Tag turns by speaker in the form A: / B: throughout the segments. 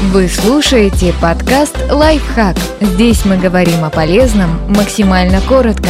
A: Вы слушаете подкаст «Лайфхак». Здесь мы говорим о полезном максимально коротко.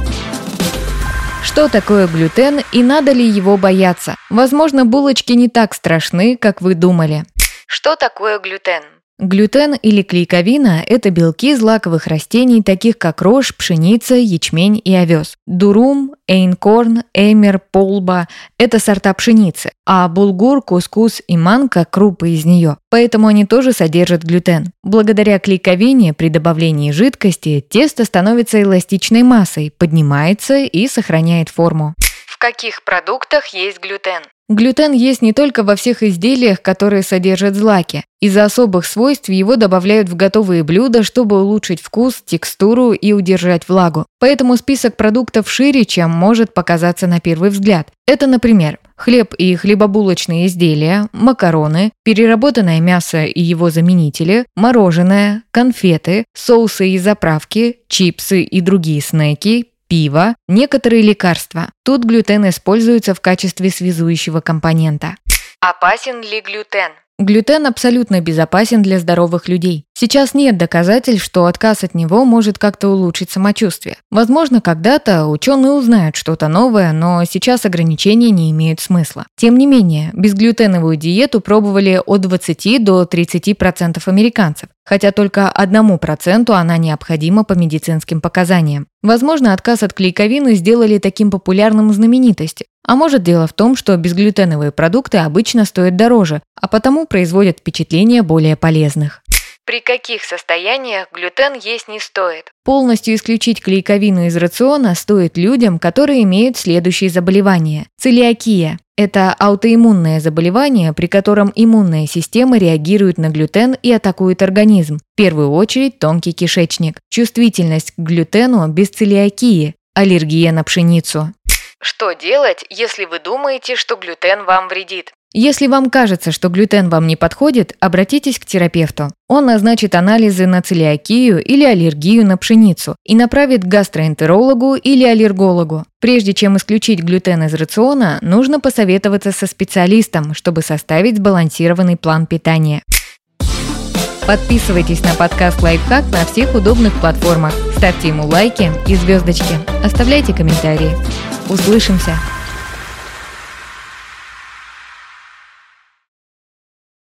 A: Что такое глютен и надо ли его бояться? Возможно, булочки не так страшны, как вы думали. Что такое глютен? Глютен или клейковина – это белки злаковых растений, таких как рожь, пшеница, ячмень и овес. Дурум, эйнкорн, эмер, полба – это сорта пшеницы, а булгур, кускус и манка – крупы из нее. Поэтому они тоже содержат глютен. Благодаря клейковине при добавлении жидкости тесто становится эластичной массой, поднимается и сохраняет форму. В каких продуктах есть глютен? Глютен есть не только во всех изделиях, которые содержат злаки. Из-за особых свойств его добавляют в готовые блюда, чтобы улучшить вкус, текстуру и удержать влагу. Поэтому список продуктов шире, чем может показаться на первый взгляд. Это, например, хлеб и хлебобулочные изделия, макароны, переработанное мясо и его заменители, мороженое, конфеты, соусы и заправки, чипсы и другие снеки, пиво, некоторые лекарства. Тут глютен используется в качестве связующего компонента. Опасен ли глютен? Глютен абсолютно безопасен для здоровых людей. Сейчас нет доказательств, что отказ от него может как-то улучшить самочувствие. Возможно, когда-то ученые узнают что-то новое, но сейчас ограничения не имеют смысла. Тем не менее, безглютеновую диету пробовали от 20 до 30% американцев, хотя только 1% она необходима по медицинским показаниям. Возможно, отказ от клейковины сделали таким популярным знаменитости. А может, дело в том, что безглютеновые продукты обычно стоят дороже, а потому производят впечатление более полезных. При каких состояниях глютен есть не стоит? Полностью исключить клейковину из рациона стоит людям, которые имеют следующие заболевания. Целиакия – это аутоиммунное заболевание, при котором иммунная система реагирует на глютен и атакует организм. В первую очередь тонкий кишечник. Чувствительность к глютену без целиакии. Аллергия на пшеницу. Что делать, если вы думаете, что глютен вам вредит? Если вам кажется, что глютен вам не подходит, обратитесь к терапевту. Он назначит анализы на целиакию или аллергию на пшеницу и направит к гастроэнтерологу или аллергологу. Прежде чем исключить глютен из рациона, нужно посоветоваться со специалистом, чтобы составить сбалансированный план питания. Подписывайтесь на подкаст «Лайфхак» на всех удобных платформах, ставьте ему лайки и звездочки, оставляйте комментарии. Услышимся!